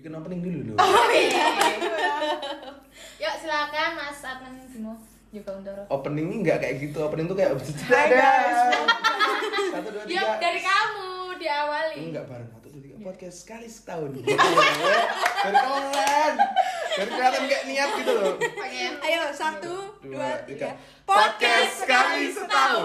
bikin opening dulu loh. Oh iya. Yuk silakan Mas Adnan Bimo Yoga Untoro. Opening ini nggak kayak gitu. Opening tuh kayak Hai guys. 1, 2, 3. Yuk dari kamu diawali. Enggak bareng 1, 2, 3 podcast sekali setahun. Dari kalian. Dari kalian kayak niat gitu loh. Oke. Ayo 1, 2, 3. Podcast sekali setahun.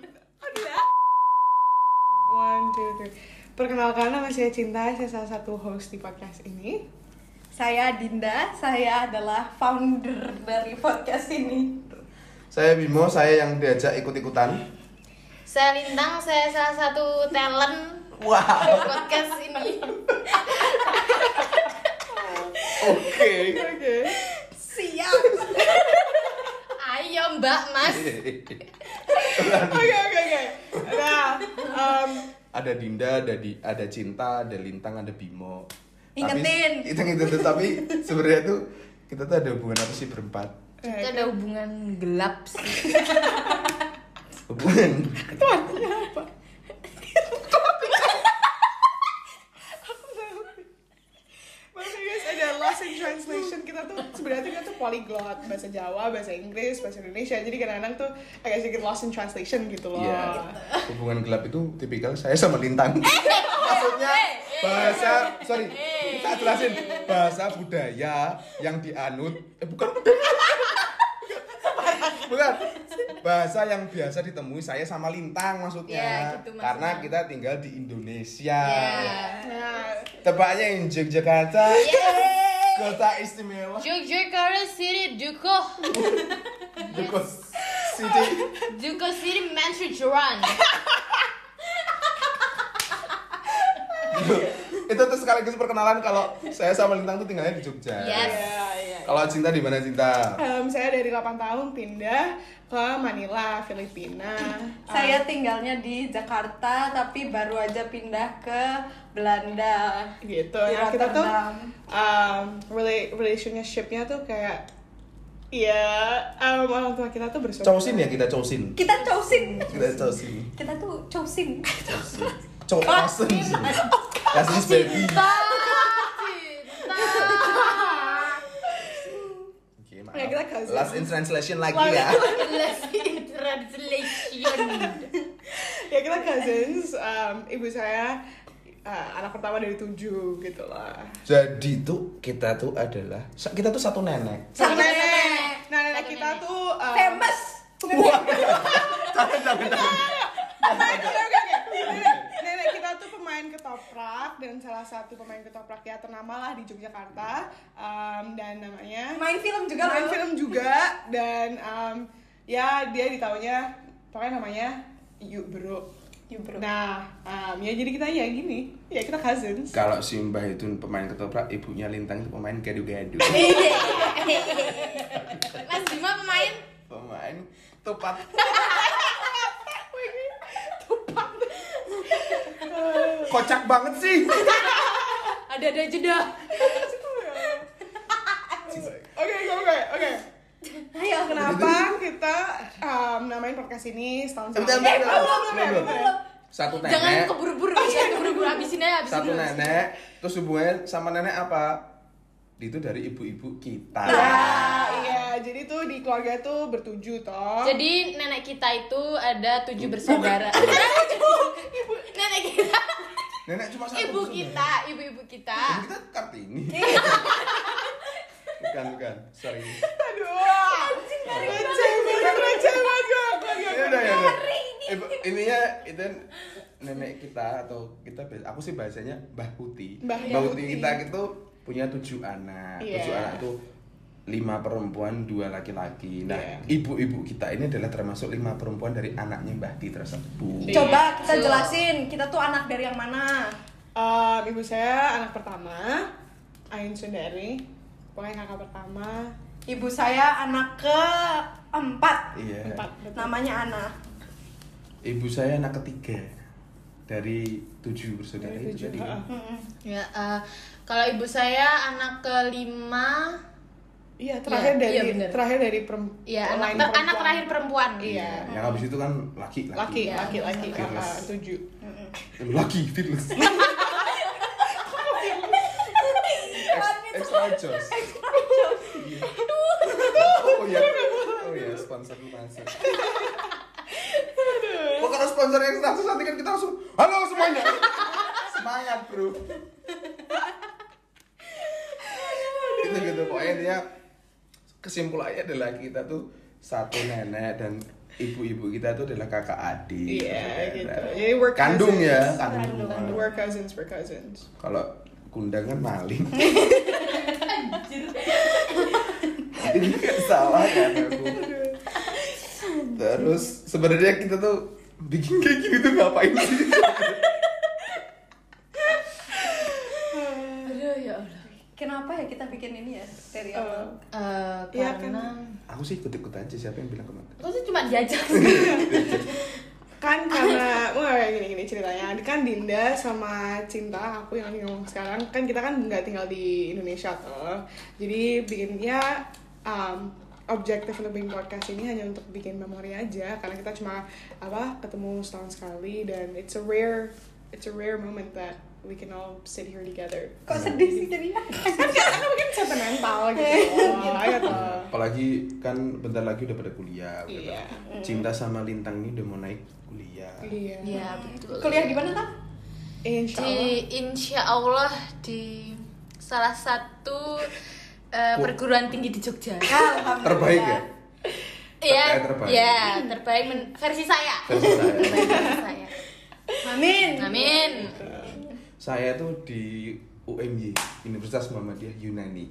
1, 2, 3. Perkenalkan, nama saya Cinta, saya salah satu host di podcast ini. Saya Dinda, saya adalah founder dari podcast ini. Saya Bimo, saya yang diajak ikut-ikutan. Saya Lintang, saya salah satu talent Wow. podcast ini. Oke. Siap. Ayo Mbak Mas. Oke. Nah, Ada Dinda, ada Cinta, ada Lintang, ada Bimo. Ingetin. Tapi sebenarnya tuh kita tuh ada hubungan apa sih berempat? Itu ada hubungan gelap sih. Hubungan. itu artinya apa? Maksudnya guys, ada lost in translation. Kita tuh polyglot, bahasa Jawa, bahasa Inggris, bahasa Indonesia. Jadi kadang-kadang tuh agak sedikit lost in translation gitu loh. Iya. Hubungan gelap itu tipikal saya sama Lintang. Maksudnya bahasa, sorry, kita jelasin bahasa budaya yang dianut, bukan bahasa yang biasa ditemui saya sama Lintang maksudnya. Ya, gitu maksudnya. Karena kita tinggal di Indonesia. Nah, Tepatnya yang Yogyakarta, kota istimewa. Yogyakarta City Duko. Duko City. Duko City Manchujuan. Itu tuh sekaligus perkenalan kalau saya sama Lintang tuh tinggalnya di Jogja. Yes. iya. Kalau Cinta di mana Cinta? Saya dari 8 tahun pindah ke Manila, Filipina. Saya tinggalnya di Jakarta, tapi baru aja pindah ke Belanda. Gitu. Di Nah, kita tuh Rotterdam. relationship-nya tuh kayak orang tua kita tuh bersaudara. Chosin ya kita chosin. Kita chosin. Kita chosin. Kita tuh chosin. Chosin. Yasin baby. Cinta. Oke, Ya, kita cousins. Last in translation lagi ya. Less in translation. Ya kita cousins. Ibu saya anak pertama dari 7 gitu lah. Jadi tuh kita tuh satu nenek. Satu Satu nenek. nenek. Nah, nenek Satu kita nenek. tuh Famous. Jangan. Nenek kita tuh pemain ketoprak dan salah satu pemain ketoprak ya ternama lah di Yogyakarta. Dan namanya Main film juga main loh. film juga dan ya dia di tahunnya pokoknya namanya Yuk Bro. Nah, ya jadi kita ya gini, ya kita cousins. Kalau si Mbah itu pemain ketoprak, ibunya Lintang itu pemain gadu-gadu. Mas Bima pemain. Pemain tupat. Kocak banget sih. Ada jeda. Oke. Ayo, Kenapa kita namain podcast ini setahun Bentar. belum. Satu Jangan nenek, keburu-buru, jangan keburu-buru habisin aja, habisin satu dulu. nenek, terus hubungannya sama nenek apa? Itu dari ibu-ibu kita. Nah, iya, jadi tuh di keluarga tuh bertujuh toh. Jadi nenek kita itu ada 7 bersaudara. Nenek kita, Nenek cuma satu. ibu bersaudara. kita, ibu-ibu kita. Ibu kita Kartini. Bukan. Sorry. Aduh. Receh banget. Ya udah. Ininya itu nenek kita atau aku sih bahasanya Mbah Putih. Mbah Putih kita itu punya 7 anak. Iya. 7 anak itu 5 perempuan, 2 laki-laki. Nah, Iya. ibu-ibu kita ini adalah termasuk 5 perempuan dari anaknya Mbah Di tersebut. Coba kita So. jelasin, kita tuh anak dari yang mana? Ibu saya anak pertama, Ain Sundari, pokoknya kakak pertama. Ibu saya anak keempat. Iya. 4 betul. Namanya Ana. Ibu saya anak ketiga dari 7 bersaudara Dari itu 7, tadi. Mm-mm. Ya, kalau ibu saya anak kelima. Iya, terakhir dari bener. perempuan. Iya, anak terakhir perempuan. Iya. Yang habis itu kan laki-laki. Laki-laki Fearless. 7. Laki, fearless. Jos. Iya. Oh iya, sponsor lu masuk. Kok kalau sponsor yang 100 nanti kan kita langsung halo semuanya. Semangat, bro. Gitu pokoknya dia kesimpulannya adalah kita tuh satu nenek dan ibu-ibu kita tuh adalah kakak adik. Iya gitu. Jadi Jadi we're kandung cousins. ya, Kandung. kandung. We're cousins. Kalau kundang kan maling. Ini kan salah kan aku. Terus sebenarnya kita tuh bikin kayak gini tuh ngapain sih? Aduh ya Allah. Kenapa ya kita bikin ini ya dari awal? Iya, Karena Aku sih ikut-ikut aja, siapa yang bilang kemarin? aku tuh cuma diajak. Kan karena gini ceritanya kan Dinda sama Cinta aku yang ngomong sekarang kan kita kan nggak tinggal di Indonesia tuh, jadi bikinnya objektif untuk bikin podcast ini hanya untuk bikin memori aja karena kita cuma ketemu setahun sekali dan it's a rare moment that we can all sit here together. Kok sedih sih jadinya? Kan mungkin sentimental gitu. Gitu. Apalagi kan bentar lagi udah pada kuliah. Iya. Cinta sama Lintang ini udah mau naik kuliah. Iya. Iya betul. Kuliah di mana Tam? Insya Allah di salah satu perguruan tinggi di Jogja. Alhamdulillah. Terbaik ya? Iya, Terbaik. iya terbaik versi saya. Versi saya. Versi saya. Amin. Amin. Saya tuh di UMY, Universitas Muhammadiyah Yunani.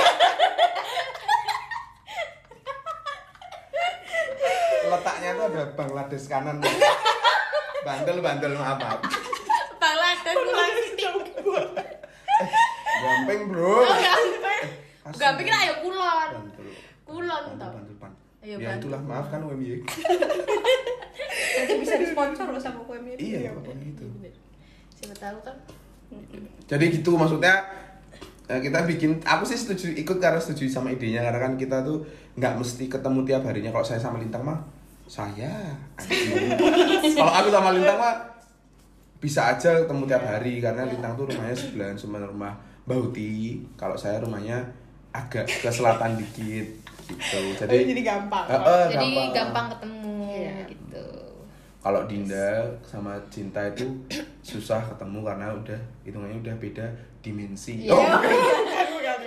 Letaknya tuh ada Bangladesh kanan. Bandel maaf. Bangladesh pulang sini. Gampang, bro. Gampang kira ayo kulon. Bantul. Kulon toh. Bantul. Ayo, Ya Bantul. itulah, maaf kan UMY. Nanti bisa disponsor loh sama UMY. Iya, apapun gitu. Siapa tahu kan? Jadi gitu maksudnya kita bikin, aku sih setuju, ikut karena setuju sama idenya karena kan kita tuh nggak mesti ketemu tiap harinya. Kalau saya sama Lintang mah kalau aku sama Lintang mah bisa aja ketemu tiap hari karena Lintang tuh rumahnya sebelahan sama rumah Bauti. Kalau saya rumahnya agak ke selatan dikit gitu. Jadi gampang. Jadi gampang ketemu Iya. gitu. Kalau Dinda sama Cinta itu susah ketemu karena udah hitungannya udah beda dimensi. Iya. Bukan.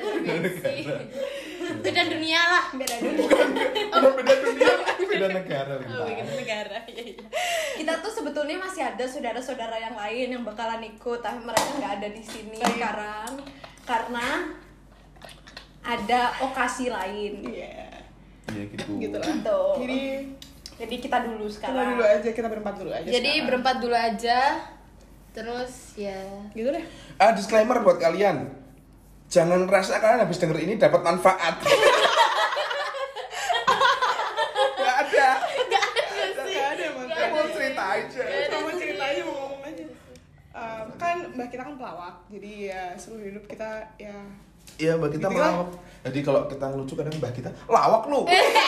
Beda dunia lah. Beda dulu. Beda dunia, beda negara. Oh, beda negara. Iya. Kita tuh sebetulnya masih ada saudara-saudara yang lain yang bakalan ikut, tapi mereka nggak ada di sini sekarang karena ada okasi lain. Iya. Iya gitu. Gitu lah. Gitu. Jadi kita dulu sekarang. kita berempat dulu aja. Jadi sekarang. berempat dulu aja. Terus ya Gitu deh. Disclaimer buat kalian. Jangan ngerasa kalian habis denger ini dapat manfaat. Gak ada. Gak ada emang. Saya mau cerita aja. Mau cerita aja, mau ngomong aja. Kan mbak kita kan pelawak, jadi ya seluruh hidup kita ya. Iya, mbak kita Gitu melawak. Jadi kalau kita ngelucu kadang mbak kita lawak lu.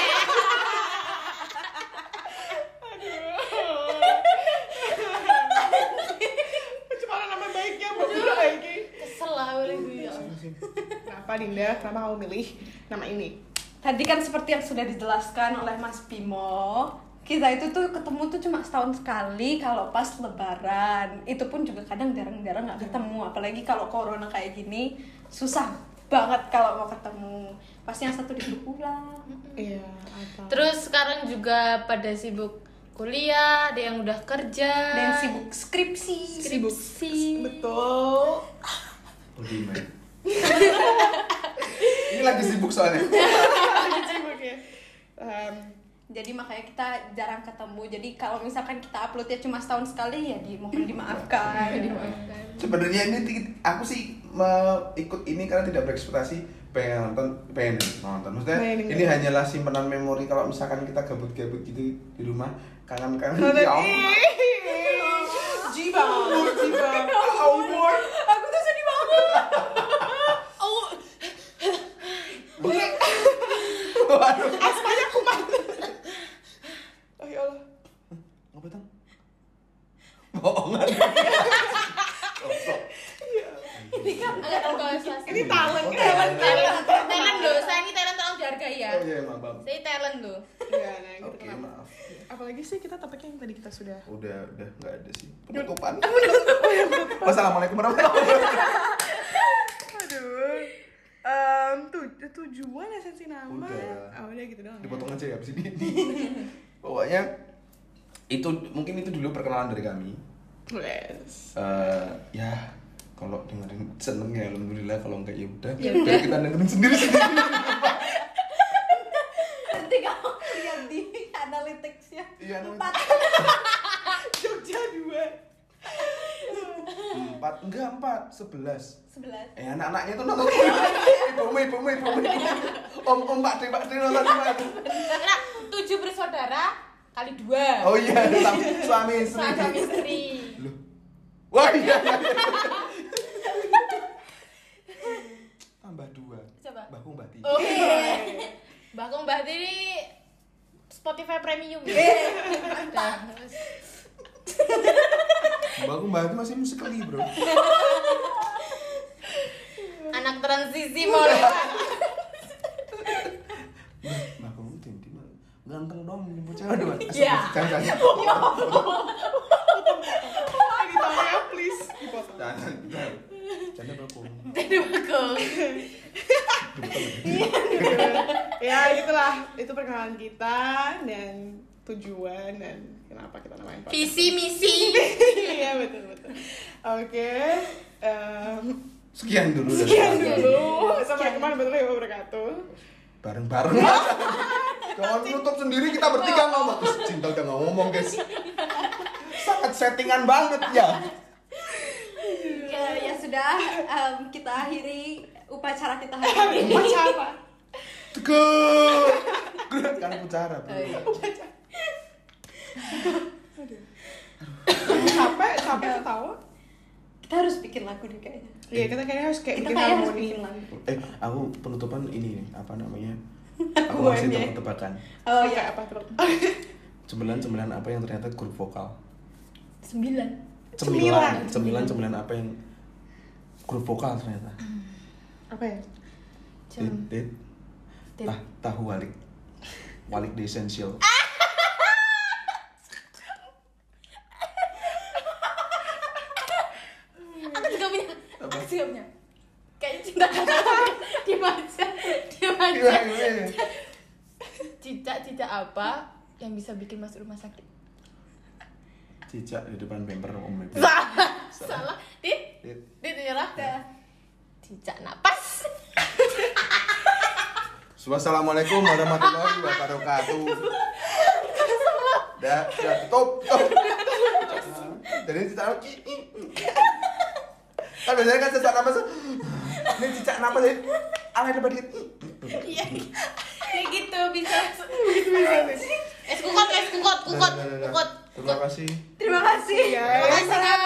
Pencemaran nama baiknya mbak lagi. kesel lah oleh gue. Kenapa Dinda? Kenapa kamu milih nama ini? Tadi kan seperti yang sudah dijelaskan oleh Mas Bimo, kita itu tuh ketemu tuh cuma setahun sekali kalau pas lebaran. Itu pun juga kadang jarang-jarang nggak ketemu. Apalagi kalau corona kayak gini, susah banget kalau mau ketemu. Pasti yang satu disuruh pulang. Iya. Apa? Terus sekarang juga pada sibuk kuliah, ada yang udah kerja, Ada yang sibuk skripsi. Betul. Udah, Mbak. Ini lagi sibuk soalnya. Sibuk ya. Jadi makanya kita jarang ketemu. Jadi kalau misalkan kita uploadnya cuma setahun sekali ya mohon dimaafkan. Sebenarnya ini aku sih mau ikut ini karena tidak berekspektasi pengen nonton. Maksudnya Pengen ini hanyalah simpanan memori kalau misalkan kita gabut-gabut gitu di rumah, kangen-kangen. Nonton Ya Jiba. ampun. Aku tuh sedih banget. Waduh. Asmanya kumat. Oh ya Allah. Apa tang? Bohongan. Ini kan agak tergosas. Ini talent Oh, kan? talent. Jawab. Saya talent tuh. Iya, nah gitu Oke, kenapa? maaf. Apalagi sih kita topiknya yang tadi kita sudah. Udah nggak ada sih. Penutupan. Wassalamualaikum warahmatullahi wabarakatuh. Aduh. Tujuan esensi nama. Udah gitu doang. Dipotong aja ya abis ini. Pokoknya itu mungkin itu dulu perkenalan dari kami. Yes. Ya kalau dengerin seneng ya alhamdulillah, kalau enggak ya udah. Ya udah. Kita dengerin sendiri. Nanti kamu lihat di analytics-nya. Iya, 4. Jogja 4, enggak 4, 11. 11. Anak-anaknya tuh nonton ibu-ibu. Om Pak De nonton semua itu. Nah, 7 bersaudara kali 2. Oh iya, suami istri. Suami istri. Loh. Wah iya. Tambah 2. Coba. Mbahku Mbah Ti. Oke. Mbah Kong Mbah ini Spotify Premium. Nah, terus Mbahku Mbah Ti masih musikali, Bro. anak transisi mau lewat. Mbahku Ti ganteng dong, nyebut cewek doang. Iya. Jangan. Ditanya please dipotong. Jangan Mbahku. Jadi Bakong. Ya gitulah, itu perkenalan kita dan tujuan dan kenapa kita namain podcast. Visi misi. Iya betul. Oke. Sekian dulu dari Sekian kami. dulu. Sampai kemana warahmatullahi wabarakatuh. Bareng-bareng. Jangan nutup sendiri, kita bertiga ngomong. Cinta udah nggak ngomong, guys. Sangat settingan banget ya. Ya sudah, kita akhiri upacara kita hari ini. Upacara. Teguh. Kan upacara, Bro. Capek ketawa. Kita harus bikin lagu deh kayaknya. Iya, kita kayaknya harus kayak Kita bikin kayak harus harmoni. bikin lagu. Aku penutupan ini nih, apa namanya? Aku masih UMY. tebak-tebakan. Oh iya, apa tuh? Cemilan apa yang ternyata grup vokal? 9. Cemilan apa yang grup vokal ternyata? Apa ya? Tit. Tahu walik the essential. Aku juga punya. Apa? Aku juga punya. Kayak cinta dibaca. Gimana? Cicak apa yang bisa bikin masuk rumah sakit? Cicak di depan bemper om ibu. Salah. Dit nyerah. Ya. Cicak napas. Wassalamualaikum warahmatullahi wabarakatuh. Dah, tutup. Jadi cicak lagi. Kan biasanya kan cicak napas. Ini cicak napas sih. Alay lebar dikit. Iya. Kayak gitu bisa. Bisa nih. Kukot. Terima kasih. Terima kasih. Guys. Terima kasih.